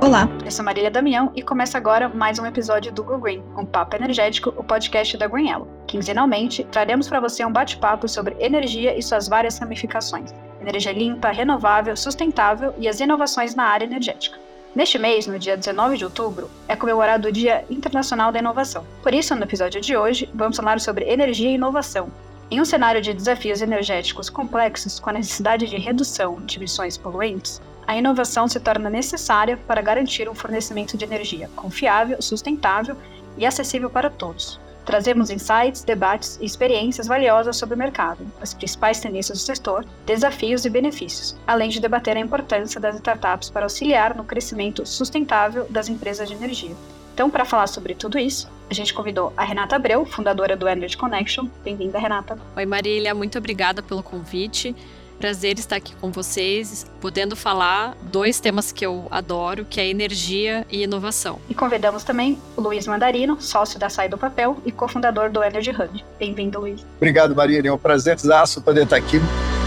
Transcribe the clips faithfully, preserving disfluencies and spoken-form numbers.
Olá, eu sou Marília Damião e começa agora mais um episódio do Go Green, um papo energético, o podcast da GreenYellow. Quinzenalmente, traremos para você um bate-papo sobre energia e suas várias ramificações. Energia limpa, renovável, sustentável e as inovações na área energética. Neste mês, no dia dezenove de outubro, é comemorado o Dia Internacional da Inovação. Por isso, no episódio de hoje, vamos falar sobre energia e inovação. Em um cenário de desafios energéticos complexos, com a necessidade de redução de emissões poluentes, a inovação se torna necessária para garantir um fornecimento de energia confiável, sustentável e acessível para todos. Trazemos insights, debates e experiências valiosas sobre o mercado, as principais tendências do setor, desafios e benefícios, além de debater a importância das startups para auxiliar no crescimento sustentável das empresas de energia. Então, para falar sobre tudo isso, a gente convidou a Renata Abreu, fundadora do Energy Connection. Bem-vinda, Renata. Oi, Marília. Muito obrigada pelo convite. Prazer estar aqui com vocês, podendo falar dois temas que eu adoro, que é energia e inovação. E convidamos também o Luiz Mandarino, sócio da Sai do Papel e cofundador do Energy Hub. Bem-vindo, Luiz. Obrigado, Marília. É um prazerzaço poder estar aqui.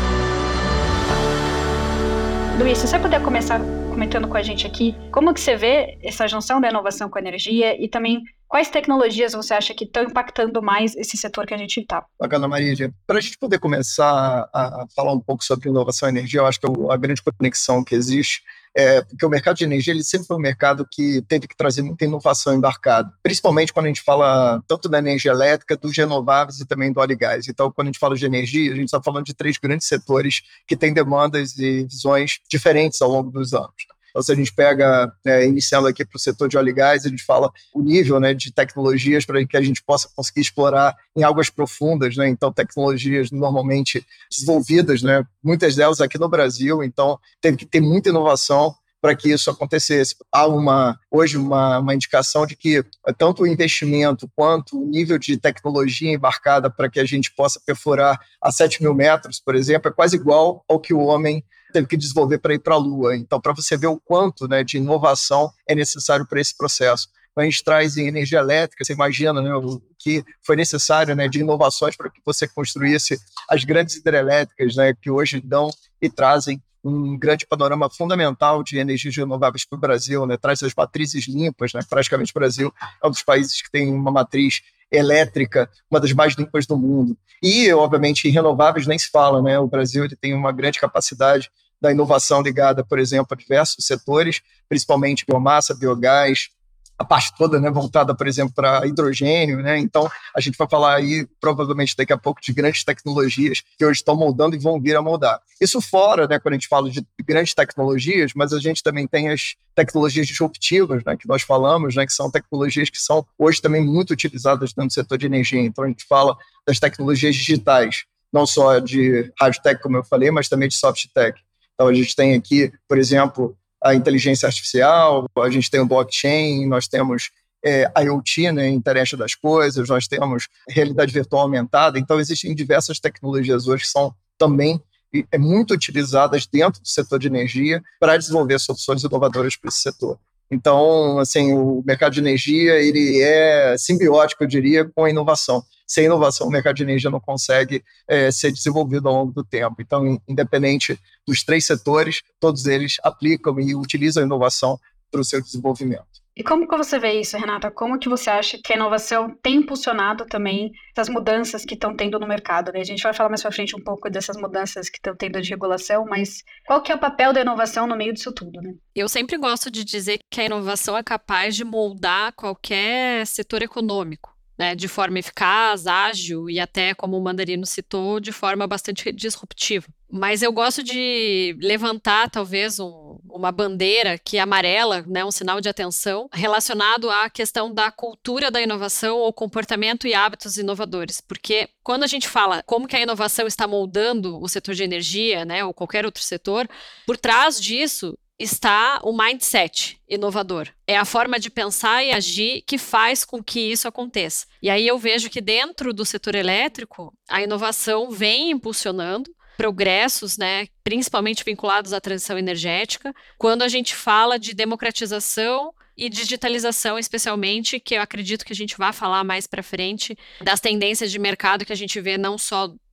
Luiz, se você puder começar comentando com a gente aqui, como que você vê essa junção da inovação com a energia e também quais tecnologias você acha que estão impactando mais esse setor que a gente está? Bacana, Marília. Para a gente poder começar a falar um pouco sobre inovação e energia, eu acho que a grande conexão que existe é porque o mercado de energia ele sempre foi um mercado que teve que trazer muita inovação embarcada, principalmente quando a gente fala tanto da energia elétrica, dos renováveis e também do óleo e gás. Então, quando a gente fala de energia, a gente está falando de três grandes setores que têm demandas e visões diferentes ao longo dos anos. Então, se a gente pega, é, iniciando aqui para o setor de óleo e gás, a gente fala o nível, né, de tecnologias para que a gente possa conseguir explorar em águas profundas, né? Então, tecnologias normalmente desenvolvidas, né, muitas delas aqui no Brasil, então teve que ter muita inovação para que isso acontecesse. Há uma, hoje uma, uma indicação de que tanto o investimento quanto o nível de tecnologia embarcada para que a gente possa perfurar a sete mil metros, por exemplo, é quase igual ao que o homem teve que desenvolver para ir para a Lua. Então, para você ver o quanto, né, de inovação é necessário para esse processo. Então, a gente traz em energia elétrica, você imagina, né, o que foi necessário, né, de inovações para que você construísse as grandes hidrelétricas, né, que hoje dão e trazem um grande panorama fundamental de energias renováveis para o Brasil, né, traz as matrizes limpas, né, praticamente o Brasil é um dos países que tem uma matriz elétrica, uma das mais limpas do mundo. E, obviamente, em renováveis nem se fala, né? O Brasil ele tem uma grande capacidade da inovação ligada, por exemplo, a diversos setores, principalmente biomassa, biogás, a parte toda, né, voltada, por exemplo, para hidrogênio, né? Então, a gente vai falar aí, provavelmente, daqui a pouco, de grandes tecnologias que hoje estão moldando e vão vir a moldar. Isso fora, né, quando a gente fala de grandes tecnologias, mas a gente também tem as tecnologias disruptivas, né, que nós falamos, né, que são tecnologias que são hoje também muito utilizadas dentro do setor de energia. Então, a gente fala das tecnologias digitais, não só de hard tech, como eu falei, mas também de soft tech. Então, a gente tem aqui, por exemplo, a inteligência artificial, a gente tem o blockchain, nós temos é, IoT, né, internet das coisas, nós temos realidade virtual aumentada. Então, existem diversas tecnologias hoje que são também é, muito utilizadas dentro do setor de energia para desenvolver soluções inovadoras para esse setor. Então, assim, o mercado de energia ele é simbiótico, eu diria, com a inovação. Sem inovação, o mercado de energia não consegue é, ser desenvolvido ao longo do tempo. Então, independente dos três setores, todos eles aplicam e utilizam a inovação para o seu desenvolvimento. E como que você vê isso, Renata? Como que você acha que a inovação tem impulsionado também essas mudanças que estão tendo no mercado, né? A gente vai falar mais pra frente um pouco dessas mudanças que estão tendo de regulação, mas qual que é o papel da inovação no meio disso tudo, né? Eu sempre gosto de dizer que a inovação é capaz de moldar qualquer setor econômico, né, de forma eficaz, ágil e até, como o Mandarino citou, de forma bastante disruptiva. Mas eu gosto de levantar, talvez, um, uma bandeira que é amarela, né, um sinal de atenção, relacionado à questão da cultura da inovação ou comportamento e hábitos inovadores. Porque quando a gente fala como que a inovação está moldando o setor de energia, né, ou qualquer outro setor, por trás disso está o mindset inovador. É a forma de pensar e agir que faz com que isso aconteça. E aí eu vejo que dentro do setor elétrico, a inovação vem impulsionando progressos, né, principalmente vinculados à transição energética, quando a gente fala de democratização e digitalização, especialmente, que eu acredito que a gente vai falar mais para frente, das tendências de mercado que a gente vê não só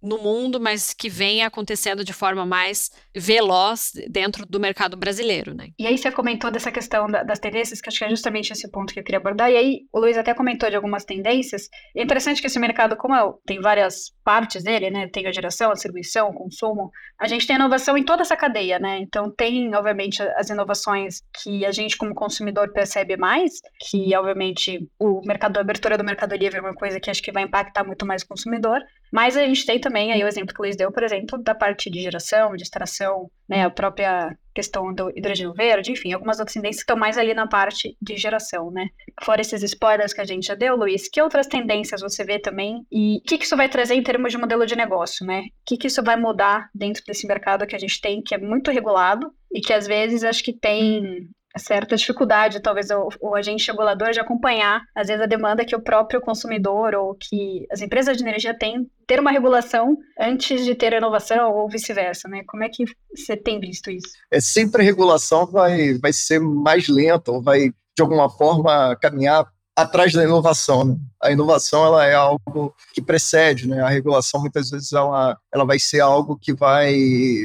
no mundo, mas que vem acontecendo de forma mais veloz dentro do mercado brasileiro, né? E aí você comentou dessa questão da, das tendências, que acho que é justamente esse ponto que eu queria abordar, e aí o Luiz até comentou de algumas tendências. É interessante que esse mercado, como é, tem várias partes dele, né, tem a geração, a distribuição, o consumo, a gente tem inovação em toda essa cadeia, né, então tem, obviamente, as inovações que a gente como consumidor percebe mais, que, obviamente, o mercado, a abertura do Mercado Livre é uma coisa que acho que vai impactar muito mais o consumidor, mas a gente tem também, aí o exemplo que o Luiz deu, por exemplo, da parte de geração, de extração, né, a própria questão do hidrogênio verde, enfim, algumas outras tendências que estão mais ali na parte de geração, né. Fora esses spoilers que a gente já deu, Luiz, que outras tendências você vê também e o que, que isso vai trazer em termos de modelo de negócio, né? O que, que isso vai mudar dentro desse mercado que a gente tem, que é muito regulado e que às vezes acho que tem certa dificuldade, talvez o, o agente regulador de acompanhar, às vezes, a demanda que o próprio consumidor ou que as empresas de energia têm, ter uma regulação antes de ter inovação ou vice-versa, né? Como é que você tem visto isso? É sempre a regulação vai, vai ser mais lenta ou vai, de alguma forma, caminhar atrás da inovação, né? A inovação ela é algo que precede, né? A regulação, muitas vezes, ela, ela vai ser algo que vai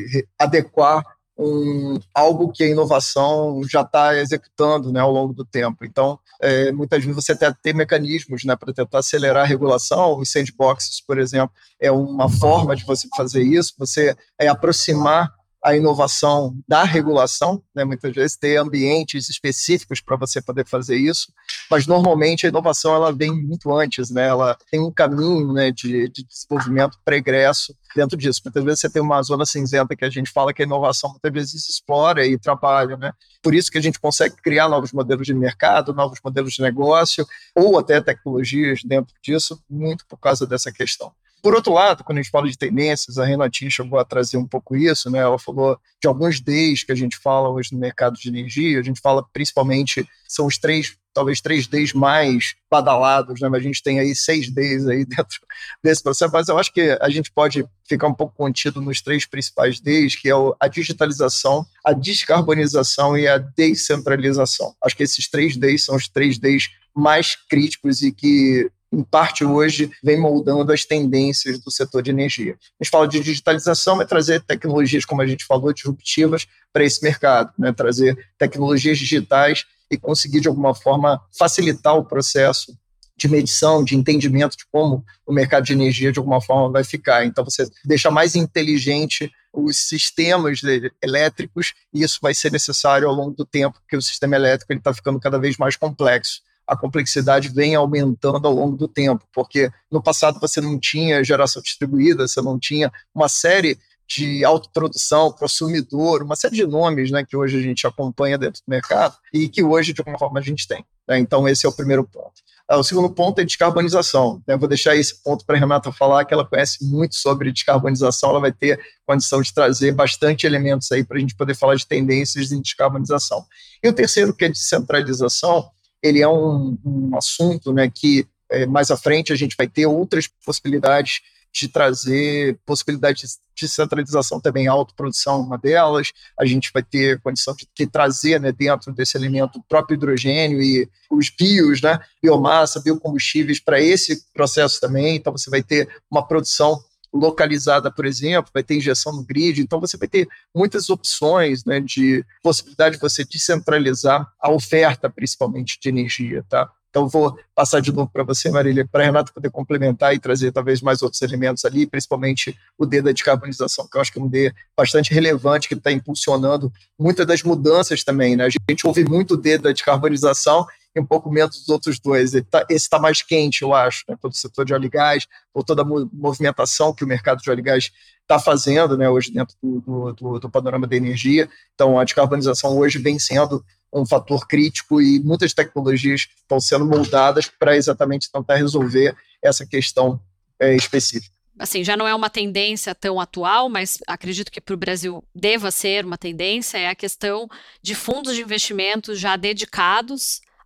adequar Um, algo que a inovação já está executando, né, ao longo do tempo. Então, é, muitas vezes você até tem mecanismos, né, para tentar acelerar a regulação. Os sandboxes, por exemplo, é uma forma de você fazer isso, você é, aproximar a inovação da regulação, né, muitas vezes ter ambientes específicos para você poder fazer isso, mas normalmente a inovação ela vem muito antes, né, ela tem um caminho, né, de, de desenvolvimento pregresso dentro disso. Muitas vezes você tem uma zona cinzenta que a gente fala que a inovação muitas vezes explora e trabalha, né? Por isso que a gente consegue criar novos modelos de mercado, novos modelos de negócio, ou até tecnologias dentro disso, muito por causa dessa questão. Por outro lado, quando a gente fala de tendências, a Renatinha chegou a trazer um pouco isso, né? Ela falou de alguns Ds que a gente fala hoje no mercado de energia, a gente fala principalmente, são os três, talvez três Ds mais badalados, né? Mas a gente tem aí seis Ds aí dentro desse processo, mas eu acho que a gente pode ficar um pouco contido nos três principais Ds, que é a digitalização, a descarbonização e a descentralização. Acho que esses três Ds são os três Ds mais críticos e que, em parte, hoje, vem moldando as tendências do setor de energia. A gente fala de digitalização, é trazer tecnologias, como a gente falou, disruptivas para esse mercado, né? Trazer tecnologias digitais e conseguir, de alguma forma, facilitar o processo de medição, de entendimento de como o mercado de energia, de alguma forma, vai ficar. Então, você deixa mais inteligente os sistemas elétricos e isso vai ser necessário ao longo do tempo, porque o sistema elétrico está ficando cada vez mais complexo. A complexidade vem aumentando ao longo do tempo, porque no passado você não tinha geração distribuída, você não tinha uma série de autoprodução, consumidor, uma série de nomes, né, que hoje a gente acompanha dentro do mercado e que hoje, de alguma forma, a gente tem, né? Então, esse é o primeiro ponto. O segundo ponto é descarbonização, né? Eu vou deixar esse ponto para a Renata falar, que ela conhece muito sobre descarbonização, ela vai ter condição de trazer bastante elementos aí para a gente poder falar de tendências em descarbonização. E o terceiro, que é descentralização, ele é um, um assunto, né, que é, mais à frente a gente vai ter outras possibilidades de trazer, possibilidade de descentralização também, autoprodução uma delas, a gente vai ter condição de, de trazer, né, dentro desse elemento o próprio hidrogênio e os bios, né, biomassa, biocombustíveis para esse processo também, então você vai ter uma produção localizada, por exemplo, vai ter injeção no grid, então você vai ter muitas opções, né, de possibilidade de você descentralizar a oferta, principalmente de energia, tá? Então vou passar de novo para você, Marília, para a Renata poder complementar e trazer talvez mais outros elementos ali, principalmente o D da descarbonização, que eu acho que é um D bastante relevante, que está impulsionando muitas das mudanças também, né? A gente ouve muito o D da descarbonização e um pouco menos dos outros dois. Esse está mais quente, eu acho, né? Todo o setor de óleo e gás, ou toda a movimentação que o mercado de óleo e gás está fazendo, né, hoje dentro do, do, do panorama da energia. Então, a descarbonização hoje vem sendo um fator crítico e muitas tecnologias estão sendo moldadas para exatamente tentar resolver essa questão é, específica. Assim, já não é uma tendência tão atual, mas acredito que para o Brasil deva ser uma tendência, é a questão de fundos de investimento já dedicados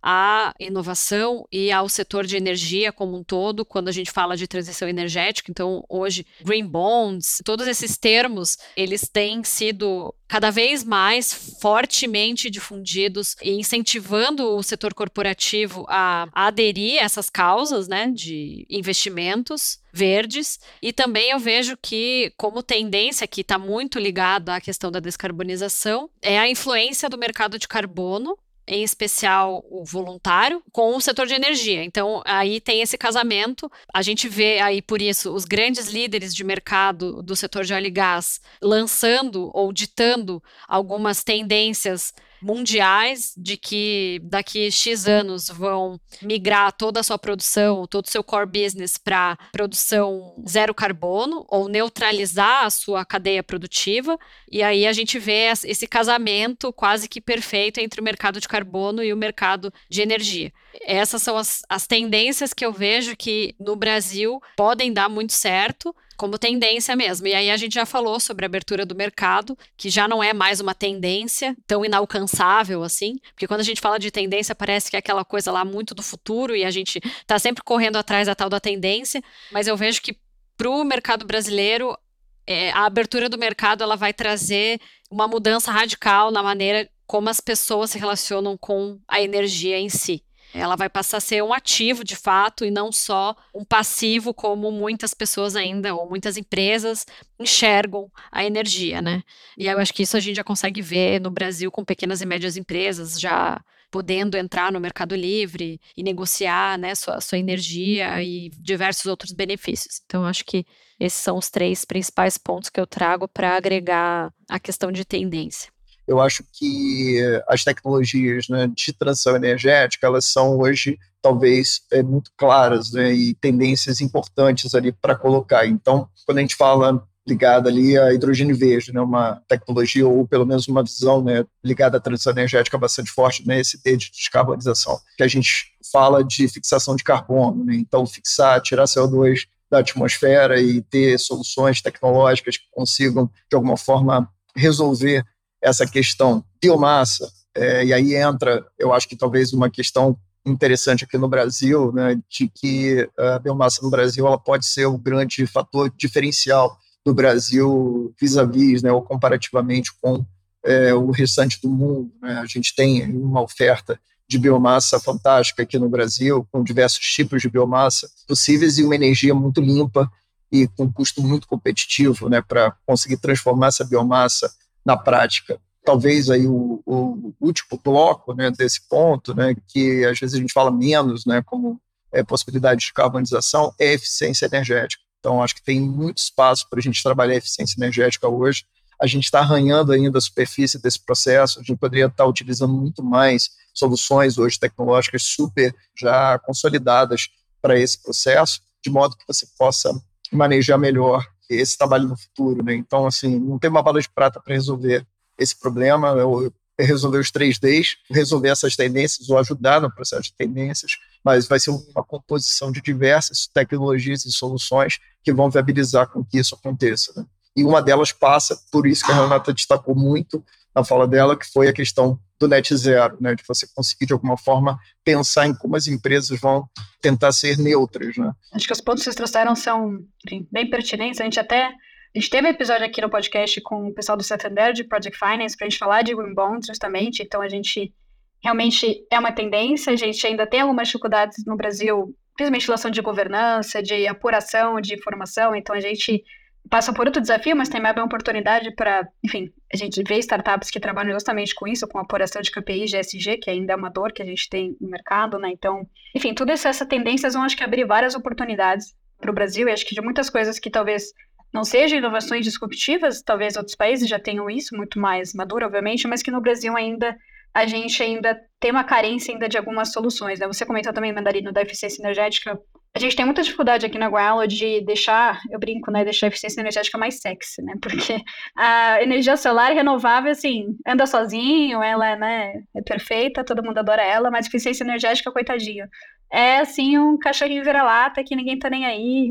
à inovação e ao setor de energia como um todo, quando a gente fala de transição energética. Então, hoje, green bonds, todos esses termos, eles têm sido cada vez mais fortemente difundidos e incentivando o setor corporativo a, a aderir a essas causas, né, de investimentos verdes. E também eu vejo que, como tendência que está muito ligada à questão da descarbonização, é a influência do mercado de carbono, em especial o voluntário, com o setor de energia. Então, aí tem esse casamento. A gente vê aí, por isso, os grandes líderes de mercado do setor de óleo e gás lançando ou ditando algumas tendências mundiais de que daqui X anos vão migrar toda a sua produção, todo o seu core business para produção zero carbono ou neutralizar a sua cadeia produtiva. E aí a gente vê esse casamento quase que perfeito entre o mercado de carbono e o mercado de energia. Essas são as, as tendências que eu vejo que no Brasil podem dar muito certo, como tendência mesmo. E aí a gente já falou sobre a abertura do mercado, que já não é mais uma tendência tão inalcançável assim, porque quando a gente fala de tendência parece que é aquela coisa lá muito do futuro e a gente está sempre correndo atrás da tal da tendência, mas eu vejo que para o mercado brasileiro, é, a abertura do mercado ela vai trazer uma mudança radical na maneira como as pessoas se relacionam com a energia em si. Ela vai passar a ser um ativo, de fato, e não só um passivo, como muitas pessoas ainda, ou muitas empresas, enxergam a energia, né? E eu acho que isso a gente já consegue ver no Brasil com pequenas e médias empresas, já podendo entrar no Mercado Livre e negociar, né, sua, sua energia e diversos outros benefícios. Então, eu acho que esses são os três principais pontos que eu trago para agregar a questão de tendência. Eu acho que as tecnologias, né, de transição energética, elas são hoje, talvez, é, muito claras, né, e tendências importantes ali para colocar. Então, quando a gente fala ligada ali a hidrogênio verde, né, uma tecnologia ou pelo menos uma visão, né, ligada à transição energética bastante forte, né, esse T de descarbonização, que a gente fala de fixação de carbono, né, então fixar, tirar C O dois da atmosfera e ter soluções tecnológicas que consigam, de alguma forma, resolver essa questão. Biomassa, é, e aí entra, eu acho que talvez uma questão interessante aqui no Brasil, né, de que a biomassa no Brasil ela pode ser o grande fator diferencial do Brasil vis-à-vis, né, ou comparativamente com é, o restante do mundo. Né? A gente tem uma oferta de biomassa fantástica aqui no Brasil, com diversos tipos de biomassa possíveis e uma energia muito limpa e com custo muito competitivo, né, para conseguir transformar essa biomassa na prática. Talvez aí o, o último bloco, né, desse ponto, né, que às vezes a gente fala menos, né, como é, possibilidade de carbonização, é a eficiência energética. Então, acho que tem muito espaço para a gente trabalhar a eficiência energética hoje. A gente está arranhando ainda a superfície desse processo, a gente poderia estar utilizando muito mais soluções hoje tecnológicas super já consolidadas para esse processo, de modo que você possa manejar melhor esse trabalho no futuro, né? Então, assim, não tem uma bala de prata para resolver esse problema, ou resolver os três Ds, resolver essas tendências ou ajudar no processo de tendências, mas vai ser uma composição de diversas tecnologias e soluções que vão viabilizar com que isso aconteça, né? E uma delas passa, por isso que a Renata destacou muito na fala dela, que foi a questão do net zero, né? De você conseguir, de alguma forma, pensar em como as empresas vão tentar ser neutras, né? Acho que os pontos que vocês trouxeram são, enfim, bem pertinentes. A gente até a gente teve um episódio aqui no podcast com o pessoal do Santander de Project Finance para a gente falar de green bonds, justamente. Então, a gente realmente é uma tendência. A gente ainda tem algumas dificuldades no Brasil, principalmente em relação de governança, de apuração, de informação. Então, a gente passa por outro desafio, mas tem mais uma oportunidade para, enfim, a gente vê startups que trabalham justamente com isso, com a apuração de K P I, G S G, que ainda é uma dor que a gente tem no mercado, né? Então, enfim, todas essas tendências vão, acho que, abrir várias oportunidades para o Brasil, e acho que de muitas coisas que talvez não sejam inovações disruptivas, talvez outros países já tenham isso, muito mais maduro, obviamente, mas que no Brasil ainda, a gente ainda tem uma carência ainda de algumas soluções, né? Você comentou também, Mandarino, da eficiência energética. A gente tem muita dificuldade aqui na Greenello de deixar, eu brinco, né, deixar a eficiência energética mais sexy, né, porque a energia solar renovável, assim, anda sozinho, ela, né, é perfeita, todo mundo adora ela, mas eficiência energética, coitadinho, é, assim, um cachorrinho vira-lata que ninguém tá nem aí,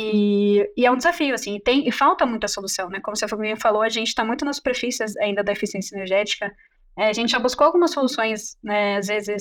e, e é um desafio, assim, tem, e falta muita solução, né, como você falou, a gente tá muito nas superfícies ainda da eficiência energética. É, a gente já buscou algumas soluções, né, às vezes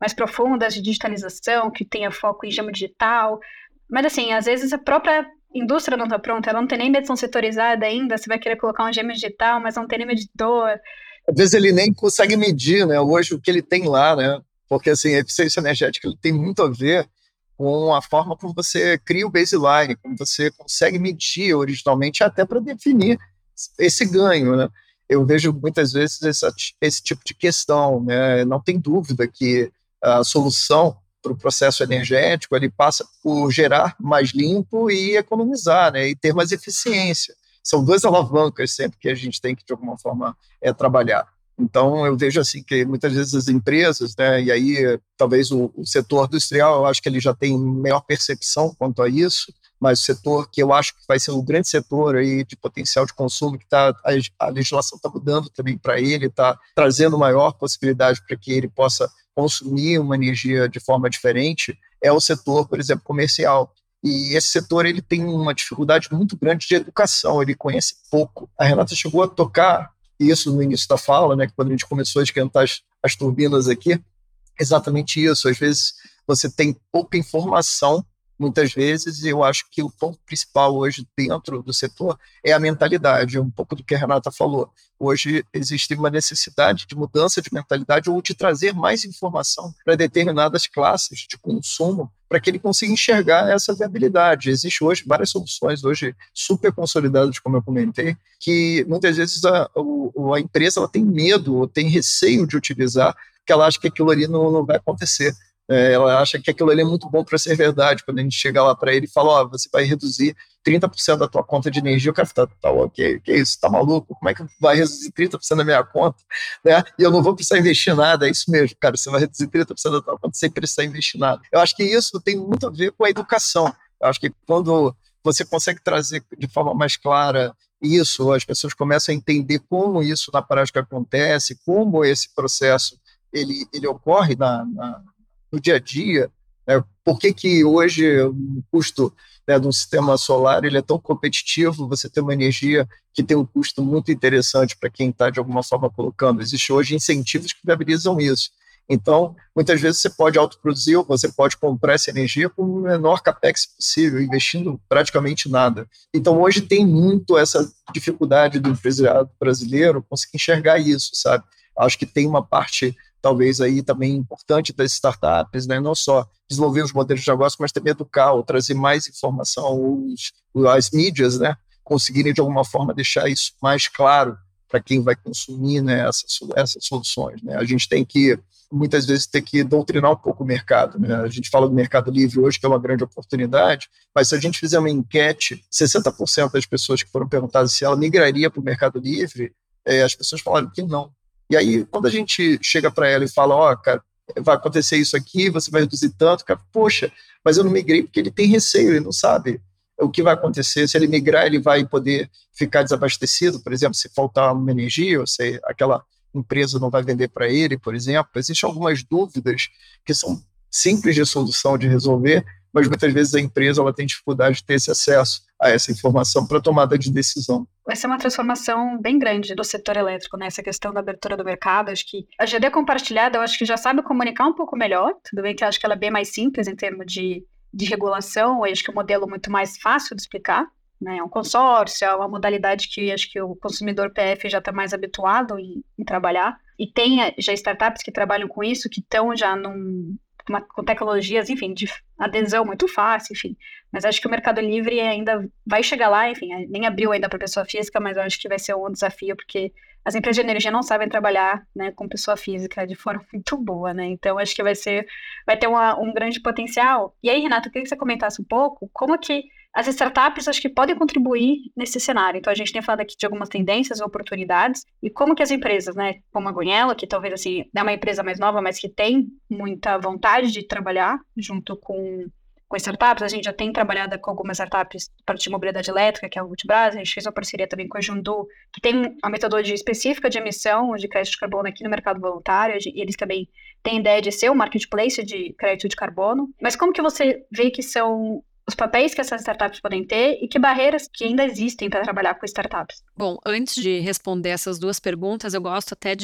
mais profundas de digitalização, que tenha foco em gema digital. Mas, assim, às vezes a própria indústria não está pronta, ela não tem nem medição setorizada ainda, você vai querer colocar um gema digital, mas não tem nem medidor. Às vezes ele nem consegue medir, né, hoje o que ele tem lá, né? Porque, assim, a eficiência energética ele tem muito a ver com a forma como você cria o baseline, como você consegue medir originalmente até para definir esse ganho, né? Eu vejo muitas vezes essa, esse tipo de questão, né? Não tem dúvida que a solução para o processo energético ele passa por gerar mais limpo e economizar, né? E ter mais eficiência. São duas alavancas sempre que a gente tem que, de alguma forma, é, trabalhar. Então, eu vejo assim que muitas vezes as empresas, né, e aí talvez o, o setor industrial, eu acho que ele já tem maior percepção quanto a isso, mas o setor que eu acho que vai ser um grande setor aí de potencial de consumo, que tá, a, a legislação está mudando também para ele, está trazendo maior possibilidade para que ele possa consumir uma energia de forma diferente, é o setor, por exemplo, comercial. E esse setor ele tem uma dificuldade muito grande de educação, ele conhece pouco. A Renata chegou a tocar isso no início da fala, né, quando a gente começou a esquentar as, as turbinas aqui, exatamente isso. Às vezes você tem pouca informação, muitas vezes, e eu acho que o ponto principal hoje dentro do setor é a mentalidade, é um pouco do que a Renata falou. Hoje existe uma necessidade de mudança de mentalidade ou de trazer mais informação para determinadas classes de consumo, para que ele consiga enxergar essa viabilidade. Existem hoje várias soluções, hoje super consolidadas, como eu comentei, que muitas vezes a, a empresa ela tem medo ou tem receio de utilizar, porque ela acha que aquilo ali não, não vai acontecer. É, ela acha que aquilo ali é muito bom para ser verdade. Quando a gente chega lá para ele e fala, ó, oh, você vai reduzir trinta por cento da tua conta de energia, o cara fala, tá, tá ok, que isso, tá maluco? Como é que vai reduzir trinta por cento da minha conta? Né? E eu não vou precisar investir nada, é isso mesmo, cara, você vai reduzir trinta por cento da tua conta sem precisar investir nada. Eu acho que isso tem muito a ver com a educação. Eu acho que quando você consegue trazer de forma mais clara isso, as pessoas começam a entender como isso na prática acontece, como esse processo ele, ele ocorre na, na no dia a dia, né? Por que que hoje o custo, né, de um sistema solar ele é tão competitivo, você tem uma energia que tem um custo muito interessante para quem está de alguma forma colocando. Existem hoje incentivos que viabilizam isso. Então, muitas vezes você pode autoproduzir ou você pode comprar essa energia com o menor capex possível, investindo praticamente nada. Então, hoje tem muito essa dificuldade do empresariado brasileiro conseguir enxergar isso, sabe? Acho que tem uma parte talvez aí também importante das startups, né? Não só desenvolver os modelos de negócio, mas também educar ou trazer mais informação, os, as mídias, né? Conseguirem de alguma forma deixar isso mais claro para quem vai consumir, né, essas, essas soluções, né? A gente tem que, muitas vezes, ter que doutrinar um pouco o mercado, né? A gente fala do mercado livre hoje, que é uma grande oportunidade, mas se a gente fizer uma enquete, sessenta por cento das pessoas que foram perguntadas se ela migraria para o mercado livre, é, as pessoas falaram que não. E aí, quando a gente chega para ela e fala, ó, oh, cara, vai acontecer isso aqui, você vai reduzir tanto, cara, poxa, mas eu não migrei porque ele tem receio, ele não sabe o que vai acontecer. Se ele migrar, ele vai poder ficar desabastecido, por exemplo, se faltar uma energia, ou se aquela empresa não vai vender para ele, por exemplo. Existem algumas dúvidas que são simples de solução, de resolver, mas muitas vezes a empresa ela tem dificuldade de ter esse acesso a essa informação para tomada de decisão. Vai ser uma transformação bem grande do setor elétrico, né? Essa questão da abertura do mercado. Acho que a G D compartilhada, eu acho que já sabe comunicar um pouco melhor. Tudo bem que eu acho que ela é bem mais simples em termos de, de regulação. Eu acho que o modelo é muito mais fácil de explicar, né? É um consórcio, é uma modalidade que acho que o consumidor P F já está mais habituado em, em trabalhar. E tem já startups que trabalham com isso, que estão já num... Uma, com tecnologias, enfim, de adesão muito fácil, enfim. Mas acho que o Mercado Livre ainda vai chegar lá, enfim, nem abriu ainda para pessoa física, mas eu acho que vai ser um desafio, porque as empresas de energia não sabem trabalhar, né, com pessoa física de forma muito boa, né? Então acho que vai ser, vai ter uma, um grande potencial. E aí, Renato, eu queria que você comentasse um pouco como que as startups acho que podem contribuir nesse cenário. Então a gente tem falado aqui de algumas tendências ou oportunidades e como que as empresas, né, como a GoNhelo, que talvez assim é uma empresa mais nova, mas que tem muita vontade de trabalhar junto com, com startups. A gente já tem trabalhado com algumas startups a partir de mobilidade elétrica, que é o Ultibras. A gente fez uma parceria também com a Jundu, que tem uma metodologia específica de emissão de crédito de carbono aqui no mercado voluntário, e eles também têm ideia de ser um marketplace de crédito de carbono. Mas como que você vê que são os papéis que essas startups podem ter e que barreiras que ainda existem para trabalhar com startups? Bom, antes de responder essas duas perguntas, eu gosto até de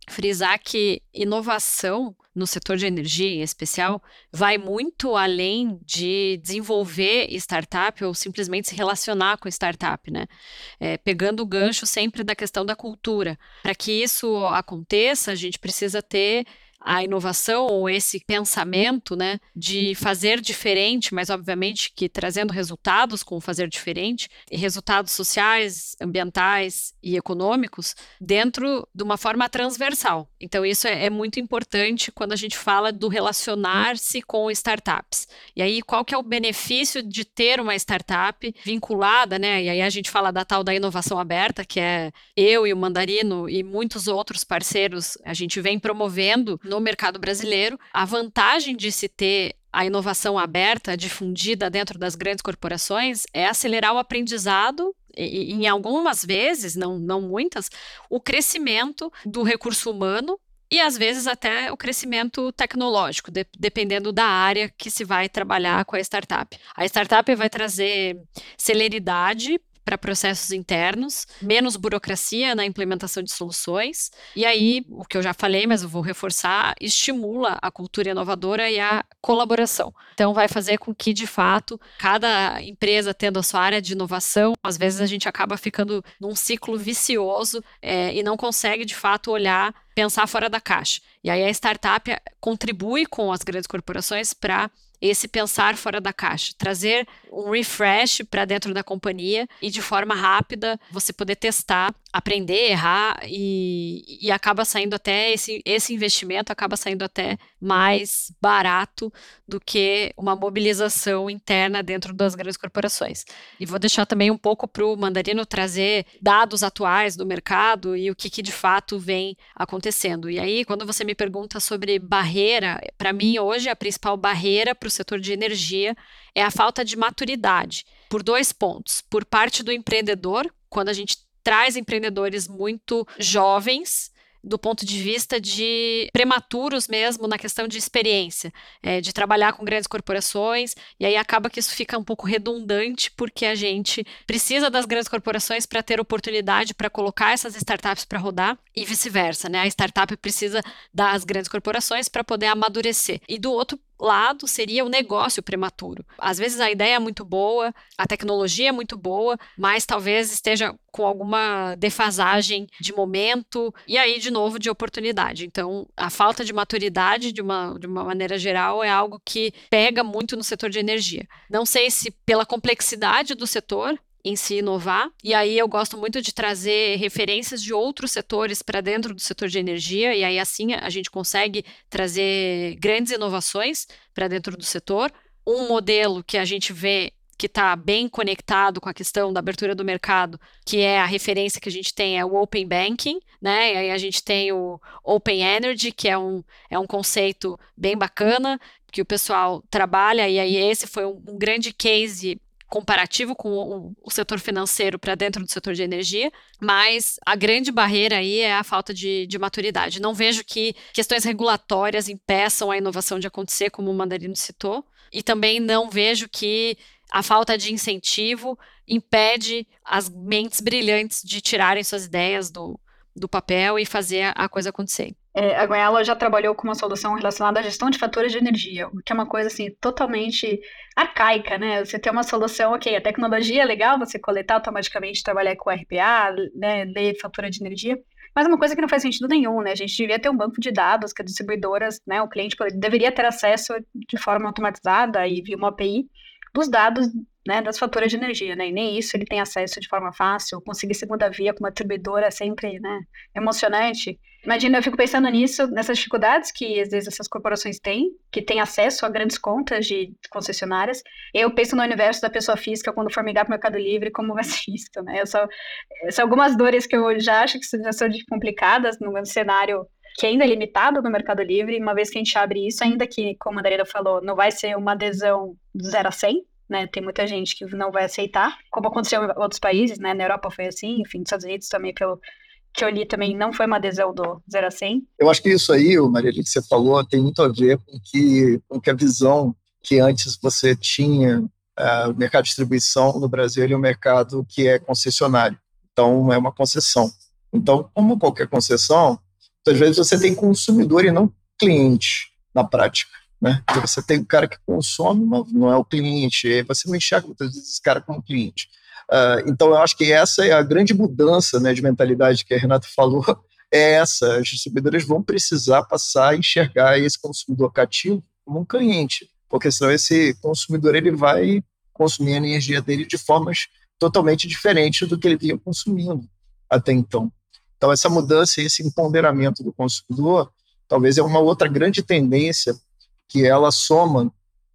frisar que inovação no setor de energia, em especial, vai muito além de desenvolver startup ou simplesmente se relacionar com startup, né? É, pegando o gancho sempre da questão da cultura. Para que isso aconteça, a gente precisa ter a inovação ou esse pensamento, né, de fazer diferente, mas obviamente que trazendo resultados com o fazer diferente, e resultados sociais, ambientais e econômicos dentro de uma forma transversal. Então isso é, é muito importante quando a gente fala do relacionar-se com startups. E aí qual que é o benefício de ter uma startup vinculada, né, e aí a gente fala da tal da inovação aberta, que é eu e o Mandarino e muitos outros parceiros, a gente vem promovendo no mercado brasileiro. A vantagem de se ter a inovação aberta, difundida dentro das grandes corporações, é acelerar o aprendizado e, em algumas vezes, não, não muitas, o crescimento do recurso humano e, às vezes, até o crescimento tecnológico, de, dependendo da área que se vai trabalhar com a startup. A startup vai trazer celeridade para processos internos, menos burocracia na implementação de soluções, e aí, o que eu já falei, mas eu vou reforçar, estimula a cultura inovadora e a colaboração. Então, vai fazer com que, de fato, cada empresa tendo a sua área de inovação, às vezes a gente acaba ficando num ciclo vicioso é, e não consegue, de fato, olhar, pensar fora da caixa. E aí a startup contribui com as grandes corporações para esse pensar fora da caixa, trazer um refresh para dentro da companhia e de forma rápida você poder testar, aprender, errar e, e acaba saindo até, esse, esse investimento acaba saindo até mais barato do que uma mobilização interna dentro das grandes corporações. E vou deixar também um pouco para o Mandarino trazer dados atuais do mercado e o que, que de fato vem acontecendo. E aí, quando você me pergunta sobre barreira, para mim hoje a principal barreira para o setor de energia é a falta de maturidade, por dois pontos. Por parte do empreendedor, quando a gente traz empreendedores muito jovens, do ponto de vista de prematuros mesmo na questão de experiência, é, de trabalhar com grandes corporações, e aí acaba que isso fica um pouco redundante, porque a gente precisa das grandes corporações para ter oportunidade para colocar essas startups para rodar, e vice-versa, né? A startup precisa das grandes corporações para poder amadurecer. E do outro lado seria o negócio prematuro. Às vezes a ideia é muito boa, a tecnologia é muito boa, mas talvez esteja com alguma defasagem de momento e aí de novo de oportunidade. Então a falta de maturidade de uma, de uma maneira geral é algo que pega muito no setor de energia. Não sei se pela complexidade do setor em se inovar, e aí eu gosto muito de trazer referências de outros setores para dentro do setor de energia, e aí assim a gente consegue trazer grandes inovações para dentro do setor. Um modelo que a gente vê que está bem conectado com a questão da abertura do mercado, que é a referência que a gente tem é o Open Banking, né? E aí a gente tem o Open Energy, que é um, é um conceito bem bacana, que o pessoal trabalha, e aí esse foi um, um grande case comparativo com o, o setor financeiro para dentro do setor de energia, mas a grande barreira aí é a falta de, de maturidade. Não vejo que questões regulatórias impeçam a inovação de acontecer, como o Mandarino citou, e também não vejo que a falta de incentivo impede as mentes brilhantes de tirarem suas ideias do, do papel e fazer a coisa acontecer. É, a Goiela já trabalhou com uma solução relacionada à gestão de fatores de energia, o que é uma coisa assim totalmente arcaica, né? Você tem uma solução, ok, a tecnologia é legal, você coletar automaticamente, trabalhar com R P A, né, ler fatura de energia, mas é uma coisa que não faz sentido nenhum, né? A gente devia ter um banco de dados que as distribuidoras, né, o cliente deveria ter acesso de forma automatizada e via uma A P I dos dados, né, das faturas de energia, né, e nem isso ele tem acesso de forma fácil. Conseguir segunda via com uma distribuidora é sempre, né, emocionante. Imagina, eu fico pensando nisso, nessas dificuldades que às vezes essas corporações têm, que têm acesso a grandes contas de concessionárias. Eu penso no universo da pessoa física quando for migrar para o Mercado Livre, como vai ser isso, né? Eu só, são algumas dores que eu já acho que já são complicadas no meu cenário que ainda é limitado no Mercado Livre. Uma vez que a gente abre isso, ainda que, como a Darida falou, não vai ser uma adesão do zero a cem, né? Tem muita gente que não vai aceitar, como aconteceu em outros países, né? Na Europa foi assim, enfim, nos Estados Unidos também, pelo que eu li também, não foi uma adesão do zero a cem. Eu acho que isso aí, Maria, que você falou, tem muito a ver com que, com que a visão que antes você tinha, uh, o mercado de distribuição no Brasil, ele é um mercado que é concessionário. Então, é uma concessão. Então, como qualquer concessão, Então, às vezes você tem consumidor e não cliente na prática, né? Porque você tem o cara que consome, mas não é o cliente, aí você não enxerga muitas vezes esse cara como cliente. Uh, então, eu acho que essa é a grande mudança, né, de mentalidade que a Renata falou, é essa. As distribuidoras vão precisar passar a enxergar esse consumidor cativo como um cliente, porque senão esse consumidor ele vai consumir a energia dele de formas totalmente diferentes do que ele vinha consumindo até então. Então, essa mudança e esse empoderamento do consumidor talvez é uma outra grande tendência que ela soma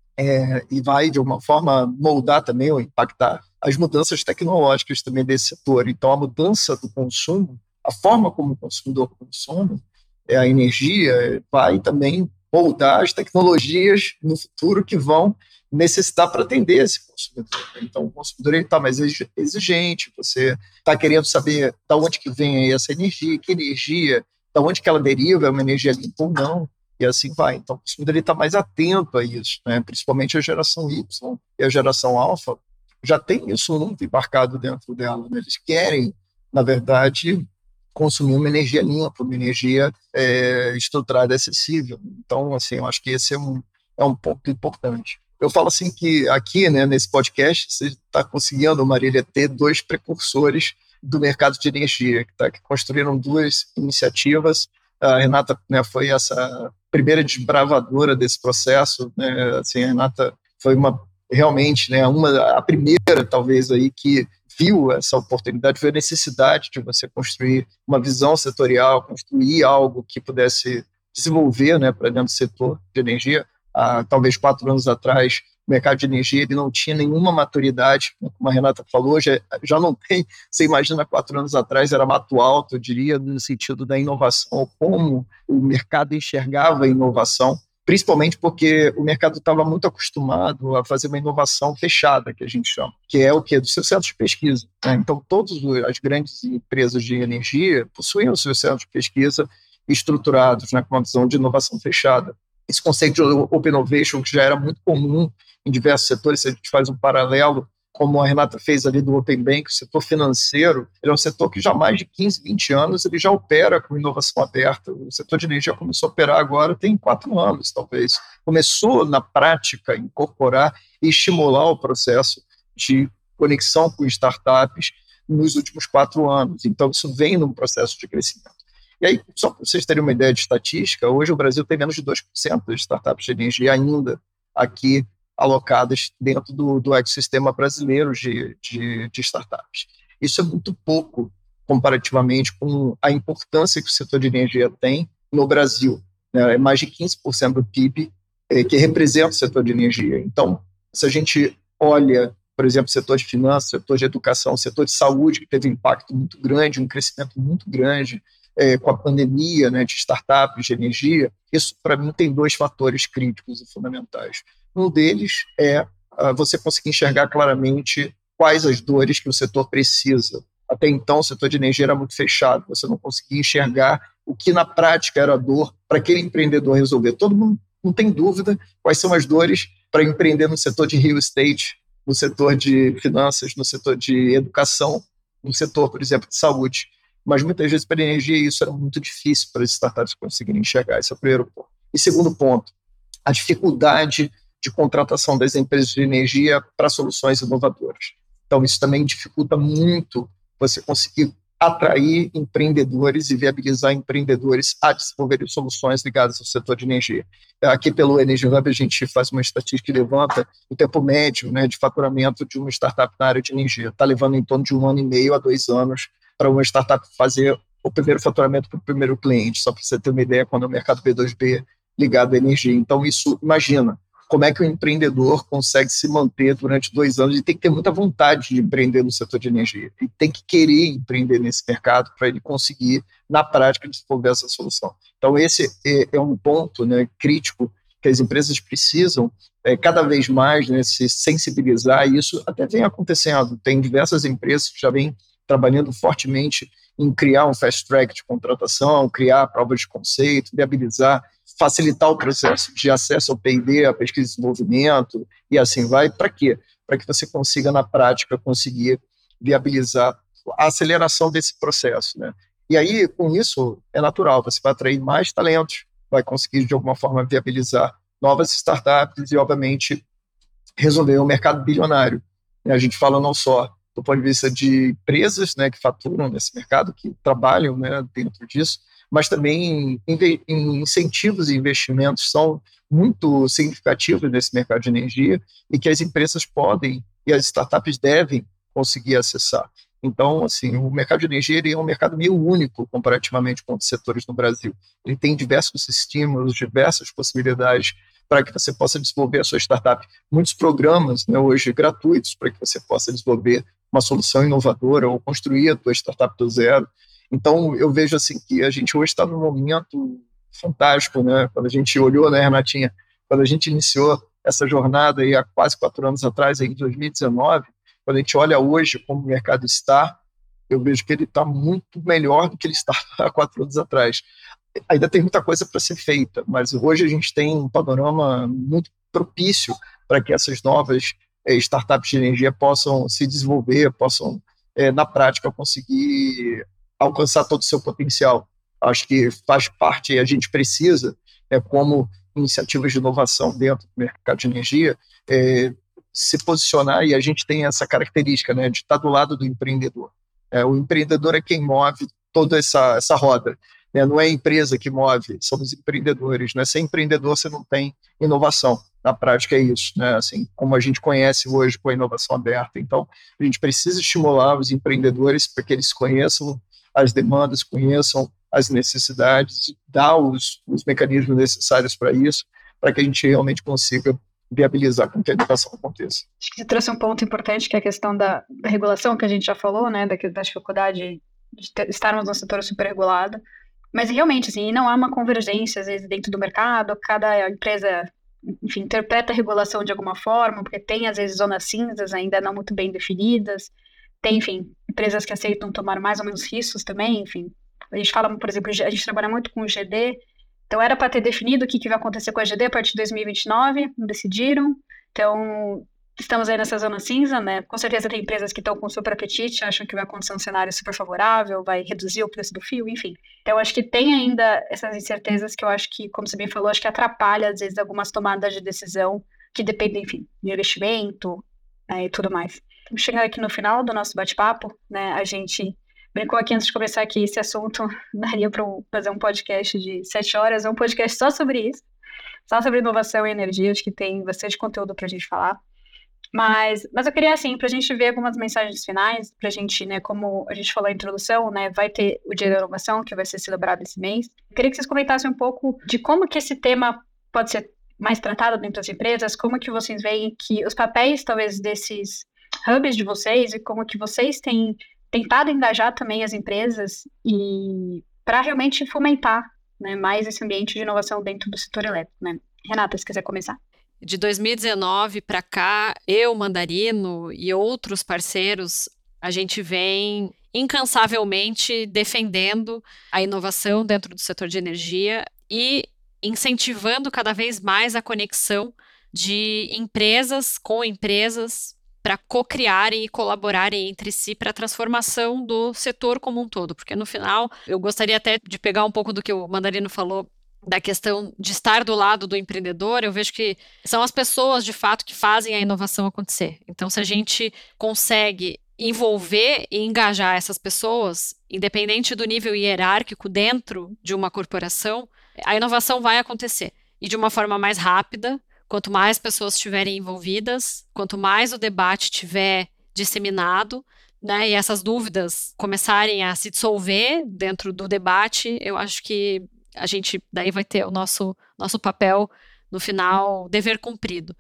é, e vai, de alguma forma, moldar também ou impactar as mudanças tecnológicas também desse setor. Então, a mudança do consumo, a forma como o consumidor consome é, a energia, vai também moldar as tecnologias no futuro que vão necessitar para atender esse consumidor. Então, o consumidor está mais exigente, você está querendo saber de onde que vem essa energia, que energia, de onde que ela deriva, é uma energia limpa ou não, e assim vai. Então, o consumidor está mais atento a isso, né? Principalmente a geração Y e a geração alfa já tem isso muito embarcado dentro dela, né? Eles querem, na verdade, consumir uma energia limpa, uma energia é, estruturada, acessível. Então, assim, eu acho que esse é um, é um ponto importante. Eu falo assim que aqui, né, nesse podcast, você está conseguindo, Marília, ter dois precursores do mercado de energia, que, tá, que construíram duas iniciativas. A Renata, né, foi essa primeira desbravadora desse processo, né? Assim, a Renata foi uma realmente, né, uma, a primeira, talvez, aí que viu essa oportunidade, viu a necessidade de você construir uma visão setorial, construir algo que pudesse desenvolver, né, para dentro do setor de energia. Há, talvez quatro anos atrás, o mercado de energia ele não tinha nenhuma maturidade, como a Renata falou, já, já não tem, você imagina, quatro anos atrás era mato alto, eu diria, no sentido da inovação, como o mercado enxergava a inovação, principalmente porque o mercado estava muito acostumado a fazer uma inovação fechada, que a gente chama, que é o quê? Dos seus centros de pesquisa, né? Então, todas as grandes empresas de energia possuem os seus centros de pesquisa estruturados, né, com uma visão de inovação fechada. Esse conceito de Open Innovation, que já era muito comum em diversos setores, se a gente faz um paralelo, como a Renata fez ali do Open Bank, o setor financeiro, ele é um setor que já há mais de quinze, vinte anos, ele já opera com inovação aberta. O setor de energia começou a operar agora tem quatro anos, talvez. Começou, na prática, a incorporar e estimular o processo de conexão com startups nos últimos quatro anos. Então, isso vem num processo de crescimento. E aí, só para vocês terem uma ideia de estatística, hoje o Brasil tem menos de dois por cento das startups de energia ainda aqui alocadas dentro do, do ecossistema brasileiro de, de, de startups. Isso é muito pouco comparativamente com a importância que o setor de energia tem no Brasil, né? É mais de quinze por cento do P I B é, que representa o setor de energia. Então, se a gente olha, por exemplo, o setor de finanças, setor de educação, setor de saúde, que teve um impacto muito grande, um crescimento muito grande, É, com a pandemia, né, de startups de energia, isso para mim tem dois fatores críticos e fundamentais. Um deles é uh, você conseguir enxergar claramente quais as dores que o setor precisa. Até então o setor de energia era muito fechado, você não conseguia enxergar o que na prática era a dor para aquele empreendedor resolver. Todo mundo não tem dúvida quais são as dores para empreender no setor de real estate, no setor de finanças, no setor de educação, no setor, por exemplo, de saúde. Mas muitas vezes para a energia isso era muito difícil para as startups conseguirem enxergar. Esse é o primeiro ponto. E segundo ponto, a dificuldade de contratação das empresas de energia para soluções inovadoras. Então isso também dificulta muito você conseguir atrair empreendedores e viabilizar empreendedores a desenvolverem soluções ligadas ao setor de energia. Aqui pelo Energy Hub a gente faz uma estatística que levanta o tempo médio, né, de faturamento de uma startup na área de energia. Está levando em torno de um ano e meio a dois anos para uma startup fazer o primeiro faturamento para o primeiro cliente, só para você ter uma ideia, quando é o mercado B dois B ligado à energia. Então, isso, imagina, como é que o empreendedor consegue se manter durante dois anos e tem que ter muita vontade de empreender no setor de energia. E tem que querer empreender nesse mercado para ele conseguir, na prática, desenvolver essa solução. Então, esse é, é um ponto, né, crítico que as empresas precisam é, cada vez mais, né, se sensibilizar, e isso até vem acontecendo. Tem diversas empresas que já vêm trabalhando fortemente em criar um fast track de contratação, criar provas de conceito, viabilizar, facilitar o processo de acesso ao P e D, a pesquisa e desenvolvimento, e assim vai. Para quê? Para que você consiga, na prática, conseguir viabilizar a aceleração desse processo, né? E aí, com isso, é natural, você vai atrair mais talentos, vai conseguir, de alguma forma, viabilizar novas startups e, obviamente, resolver o mercado bilionário. A gente fala não só do ponto de vista de empresas, né, que faturam nesse mercado, que trabalham, né, dentro disso, mas também em, em incentivos e investimentos são muito significativos nesse mercado de energia e que as empresas podem e as startups devem conseguir acessar. Então, assim, o mercado de energia ele é um mercado meio único comparativamente com outros setores no Brasil. Ele tem diversos estímulos, diversas possibilidades para que você possa desenvolver a sua startup. Muitos programas, né, hoje gratuitos para que você possa desenvolver uma solução inovadora ou construir a tua startup do zero. Então, eu vejo assim que a gente hoje está num momento fantástico, né? Quando a gente olhou, né, Renatinha, quando a gente iniciou essa jornada aí há quase quatro anos atrás, aí em dois mil e dezenove, quando a gente olha hoje como o mercado está, eu vejo que ele está muito melhor do que ele estava há quatro anos atrás. Ainda tem muita coisa para ser feita, mas hoje a gente tem um panorama muito propício para que essas novas eh, startups de energia possam se desenvolver, possam, eh, na prática, conseguir alcançar todo o seu potencial. Acho que faz parte, a gente precisa, né, como iniciativas de inovação dentro do mercado de energia, eh, se posicionar, e a gente tem essa característica, né, de estar do lado do empreendedor. É, o empreendedor é quem move toda essa, essa roda. Né? Não é a empresa que move, são os empreendedores. Né? Sem empreendedor, você não tem inovação. Na prática, é isso. Né? Assim, como a gente conhece hoje com a inovação aberta. Então, a gente precisa estimular os empreendedores para que eles conheçam as demandas, conheçam as necessidades, dar os, os mecanismos necessários para isso, para que a gente realmente consiga viabilizar com que a inovação aconteça. Acho que você trouxe um ponto importante, que é a questão da, da regulação, que a gente já falou, né, da, da dificuldade de ter, estarmos num setor superregulado, mas realmente, assim, não há uma convergência, às vezes, dentro do mercado, cada empresa, enfim, interpreta a regulação de alguma forma, porque tem, às vezes, zonas cinzas ainda não muito bem definidas, tem, enfim, empresas que aceitam tomar mais ou menos riscos também, enfim, a gente fala, por exemplo, a gente trabalha muito com o G D. Então, era para ter definido o que, que vai acontecer com a G D a partir de dois mil e vinte e nove, não decidiram. Então, estamos aí nessa zona cinza, né? Com certeza tem empresas que estão com super apetite, acham que vai acontecer um cenário super favorável, vai reduzir o preço do fio, enfim. Então, acho que tem ainda essas incertezas que eu acho que, como você bem falou, acho que atrapalha, às vezes, algumas tomadas de decisão que dependem, enfim, de investimento, né, e tudo mais. Chegando aqui no final do nosso bate-papo, né, a gente brincou aqui antes de começar que esse assunto daria para fazer um podcast de sete horas, é um podcast só sobre isso, só sobre inovação e energia, acho que tem bastante conteúdo para a gente falar. Mas, mas eu queria, assim, para a gente ver algumas mensagens finais, para a gente, né, como a gente falou na introdução, né, vai ter o Dia da Inovação, que vai ser celebrado esse mês. Eu queria que vocês comentassem um pouco de como que esse tema pode ser mais tratado dentro das empresas, como que vocês veem que os papéis, talvez, desses hubs de vocês e como que vocês têm tentado engajar também as empresas e para realmente fomentar, né, mais esse ambiente de inovação dentro do setor elétrico, né? Renata, se quiser começar. De dois mil e dezenove para cá, eu, Mandarino e outros parceiros, a gente vem incansavelmente defendendo a inovação dentro do setor de energia e incentivando cada vez mais a conexão de empresas com empresas para co-criarem e colaborarem entre si para a transformação do setor como um todo, porque no final, eu gostaria até de pegar um pouco do que o Mandarino falou da questão de estar do lado do empreendedor, eu vejo que são as pessoas, de fato, que fazem a inovação acontecer. Então, se a gente consegue envolver e engajar essas pessoas, independente do nível hierárquico dentro de uma corporação, a inovação vai acontecer. E de uma forma mais rápida. Quanto mais pessoas estiverem envolvidas, quanto mais o debate estiver disseminado, né, e essas dúvidas começarem a se dissolver dentro do debate, eu acho que a gente daí vai ter o nosso, nosso papel, no final, dever cumprido.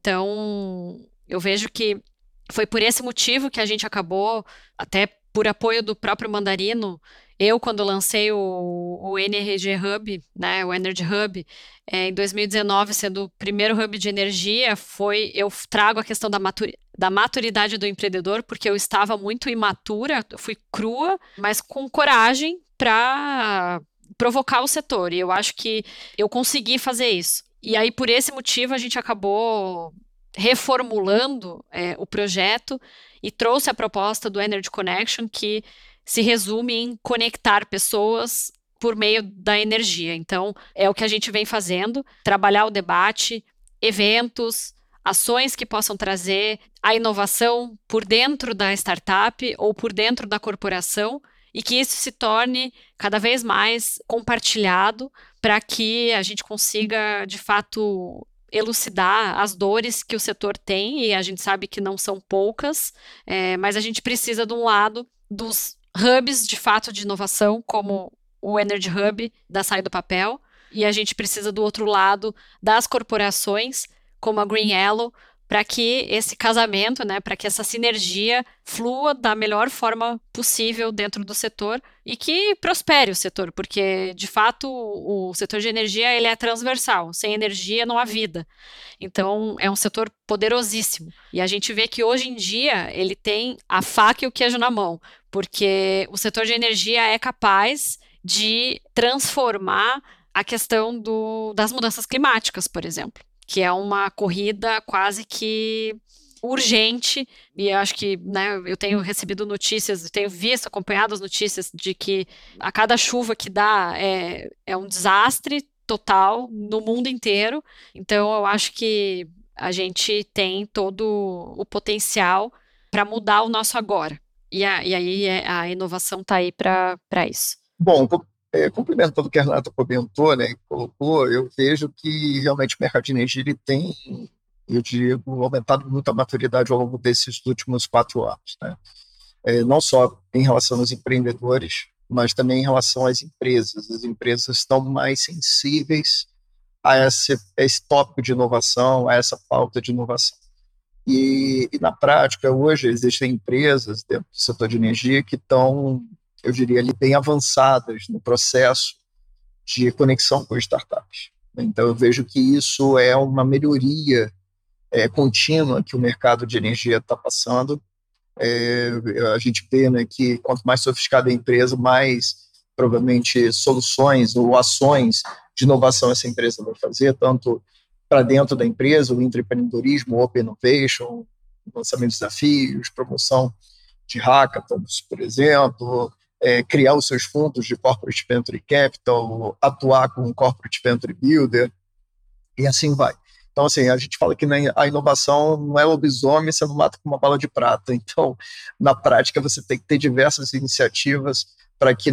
Então, eu vejo que foi por esse motivo que a gente acabou, até por apoio do próprio Mandarino, eu, quando lancei o, o N R G Hub, né, o Energy Hub, é, em dois mil e dezenove, sendo o primeiro hub de energia, foi, eu trago a questão da, maturi, da maturidade do empreendedor, porque eu estava muito imatura, eu fui crua, mas com coragem para provocar o setor, e eu acho que eu consegui fazer isso. E aí, por esse motivo, a gente acabou reformulando é, o projeto e trouxe a proposta do Energy Connection, que se resume em conectar pessoas por meio da energia. Então, é o que a gente vem fazendo, trabalhar o debate, eventos, ações que possam trazer a inovação por dentro da startup ou por dentro da corporação e que isso se torne cada vez mais compartilhado para que a gente consiga, de fato, elucidar as dores que o setor tem, e a gente sabe que não são poucas, é, mas a gente precisa, de um lado, dos hubs, de fato, de inovação, como o Energy Hub da Sai do Papel, e a gente precisa, do outro lado, das corporações, como a Green Yellow, para que esse casamento, né, para que essa sinergia flua da melhor forma possível dentro do setor e que prospere o setor, porque, de fato, o, o setor de energia ele é transversal. Sem energia não há vida. Então, é um setor poderosíssimo. E a gente vê que, hoje em dia, ele tem a faca e o queijo na mão, porque o setor de energia é capaz de transformar a questão do, das mudanças climáticas, por exemplo, que é uma corrida quase que urgente, e eu acho que, né, eu tenho recebido notícias, tenho visto, acompanhado as notícias de que a cada chuva que dá é, é um desastre total no mundo inteiro. Então eu acho que a gente tem todo o potencial para mudar o nosso agora, e, a, e aí a inovação está aí para isso. Bom, É, complementando o que a Renata comentou, né, colocou, eu vejo que realmente o mercado de energia ele tem, eu digo, aumentado muito a maturidade ao longo desses últimos quatro anos, né? É, não só em relação aos empreendedores, mas também em relação às empresas. As empresas estão mais sensíveis a esse, a esse tópico de inovação, a essa pauta de inovação. E, e na prática, hoje, existem empresas dentro do setor de energia que estão, eu diria, ali, bem avançadas no processo de conexão com startups. Então, eu vejo que isso é uma melhoria é, contínua que o mercado de energia está passando. É, a gente vê, né, que quanto mais sofisticada a empresa, mais provavelmente soluções ou ações de inovação essa empresa vai fazer, tanto para dentro da empresa, o empreendedorismo, o Open Innovation, lançamento de desafios, promoção de hackathons, por exemplo, é, criar os seus fundos de Corporate Venture Capital, atuar com um Corporate Venture Builder, e assim vai. Então, assim, a gente fala que a inovação não é lobisomem, você não mata com uma bala de prata. Então, na prática, você tem que ter diversas iniciativas para que,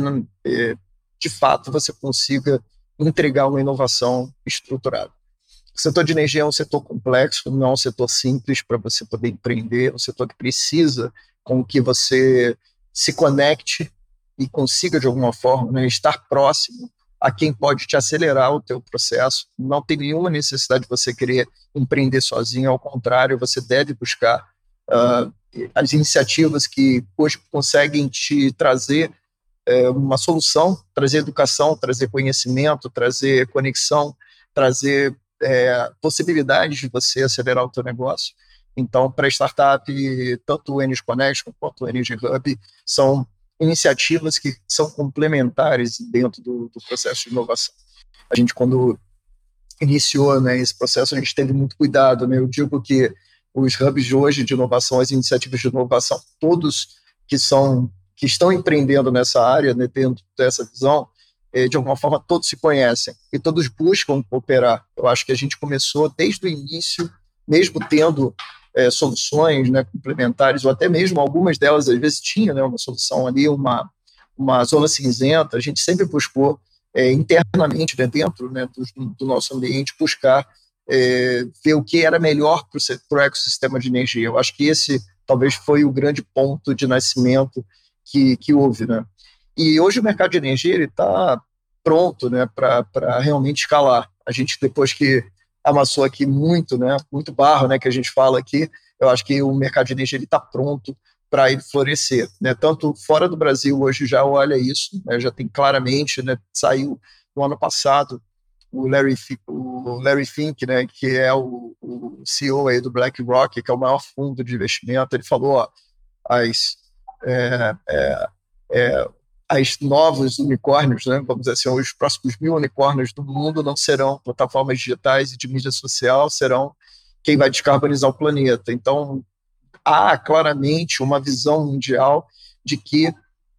de fato, você consiga entregar uma inovação estruturada. O setor de energia é um setor complexo, não é um setor simples para você poder empreender, é um setor que precisa com que você se conecte e consiga, de alguma forma, né, estar próximo a quem pode te acelerar o teu processo. Não tem nenhuma necessidade de você querer empreender sozinho, ao contrário, você deve buscar uh, as iniciativas que hoje conseguem te trazer uh, uma solução, trazer educação, trazer conhecimento, trazer conexão, trazer uh, possibilidades de você acelerar o teu negócio. Então, para a startup, tanto o Energy Connection quanto o Energy Hub são iniciativas que são complementares dentro do, do processo de inovação. A gente, quando iniciou, né, esse processo, a gente teve muito cuidado, né? Eu digo que os hubs de hoje de inovação, as iniciativas de inovação, todos que, são, que estão empreendendo nessa área, né, dentro dessa visão, eh, de alguma forma todos se conhecem e todos buscam cooperar. Eu acho que a gente começou desde o início, mesmo tendo É, soluções, né, complementares, ou até mesmo algumas delas, às vezes, tinham, né, uma solução ali, uma, uma zona cinzenta. A gente sempre buscou é, internamente, né, dentro, né, do, do nosso ambiente, buscar é, ver o que era melhor para o ecossistema de energia. Eu acho que esse talvez foi o grande ponto de nascimento que, que houve, né? E hoje o mercado de energia está pronto, né, para realmente escalar. A gente, depois que amassou aqui muito, né, muito barro, né, que a gente fala aqui, eu acho que o mercado de energia está pronto para ele florescer, né, tanto fora do Brasil hoje já olha isso, né, já tem claramente, né, saiu no ano passado o Larry, o Larry Fink, né, que é o, o C E O aí do BlackRock, que é o maior fundo de investimento, ele falou, ó, as, é, é, é, as novos unicórnios, né, vamos dizer assim, os próximos mil unicórnios do mundo não serão plataformas digitais e de mídia social, serão quem vai descarbonizar o planeta. Então, há claramente uma visão mundial de que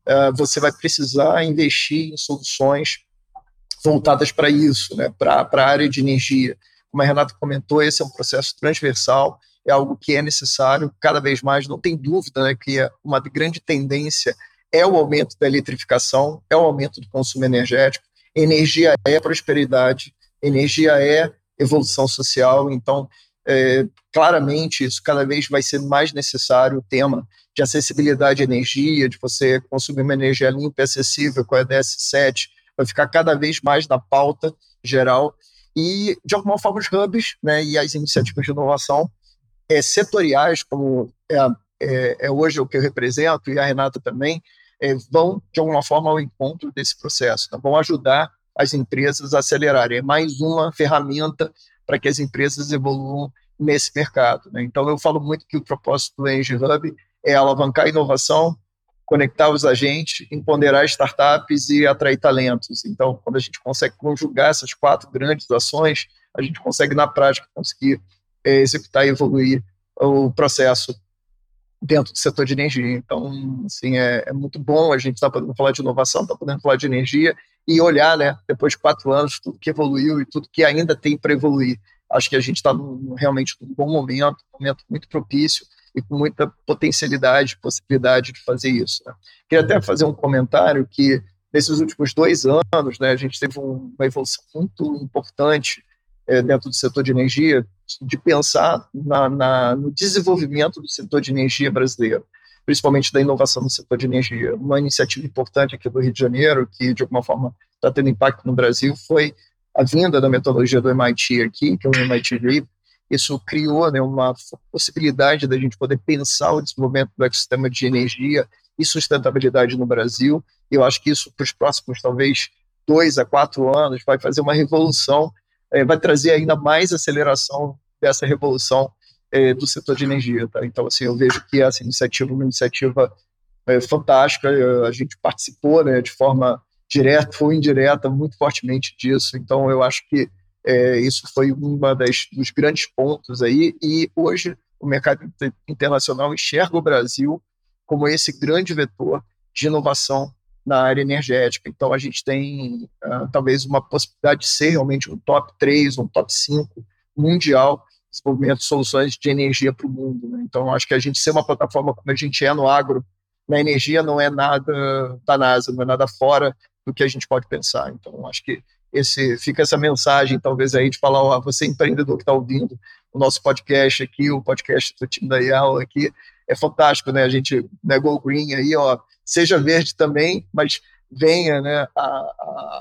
uh, você vai precisar investir em soluções voltadas para isso, né, para a área de energia. Como a Renata comentou, esse é um processo transversal, é algo que é necessário cada vez mais, não tem dúvida, né, que é uma grande tendência é o aumento da eletrificação, é o aumento do consumo energético. Energia é prosperidade, energia é evolução social, então, é, claramente, isso cada vez vai ser mais necessário, o tema de acessibilidade à energia, de você consumir uma energia limpa e acessível com a E D S sete, vai ficar cada vez mais na pauta geral, e, de alguma forma, os hubs, né, e as iniciativas de inovação é, setoriais, como é, é, é hoje o que eu represento, e a Renata também, é, vão, de alguma forma, ao encontro desse processo, tá? Vão ajudar as empresas a acelerarem. É mais uma ferramenta para que as empresas evoluam nesse mercado, né? Então, eu falo muito que o propósito do Engie Hub é alavancar a inovação, conectar os agentes, empoderar startups e atrair talentos. Então, quando a gente consegue conjugar essas quatro grandes ações, a gente consegue, na prática, conseguir é, executar e evoluir o processo dentro do setor de energia. Então, assim, é, é muito bom a gente estar tá podendo falar de inovação, estar tá podendo falar de energia e olhar, né, depois de quatro anos, tudo que evoluiu e tudo que ainda tem para evoluir. Acho que a gente está realmente num bom momento, um momento muito propício e com muita potencialidade, possibilidade de fazer isso, né? Queria até fazer um comentário que, nesses últimos dois anos, né, a gente teve um, uma evolução muito importante é, dentro do setor de energia, de pensar na, na, no desenvolvimento do setor de energia brasileiro, principalmente da inovação no setor de energia. Uma iniciativa importante aqui do Rio de Janeiro, que de alguma forma está tendo impacto no Brasil, foi a vinda da metodologia do M I T aqui, que é o M I T Leap. Isso criou, né, uma possibilidade da gente poder pensar o desenvolvimento do ecossistema de energia e sustentabilidade no Brasil. E eu acho que isso, para os próximos, talvez, dois a quatro anos, vai fazer uma revolução, é, vai trazer ainda mais aceleração dessa revolução é, do setor de energia. Tá? Então, assim, eu vejo que essa iniciativa é uma iniciativa é, fantástica. A gente participou, né, de forma direta ou indireta muito fortemente disso. Então, eu acho que é, isso foi um dos grandes pontos aí. E hoje o mercado internacional enxerga o Brasil como esse grande vetor de inovação na área energética. Então, a gente tem uh, talvez uma possibilidade de ser realmente um top três, um top cinco mundial de desenvolvimento de soluções de energia para o mundo, né? Então, acho que a gente ser uma plataforma como a gente é no agro, na energia, não é nada da NASA, não é nada fora do que a gente pode pensar. Então, acho que esse, fica essa mensagem, talvez, aí de falar, ó, você empreendedor que está ouvindo o nosso podcast aqui, o podcast do time da I A L aqui, é fantástico, né? A gente, né, Go Green aí, ó, seja verde também, mas venha, né, a, a,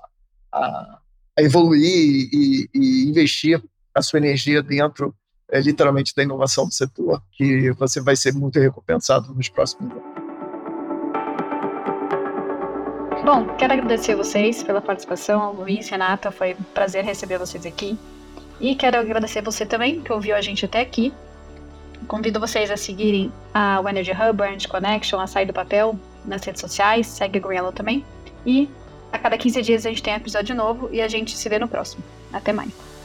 a, a evoluir e, e investir a sua energia dentro, é, literalmente, da inovação do setor, que você vai ser muito recompensado nos próximos anos. Bom, quero agradecer a vocês pela participação, Luiz, Renata, foi um prazer receber vocês aqui. E quero agradecer você também, que ouviu a gente até aqui. Convido vocês a seguirem a, o Energy Hub, a Energy Connection, a Sair do Papel nas redes sociais, segue a GreenYellow também. E a cada quinze dias a gente tem um episódio novo e a gente se vê no próximo. Até mais.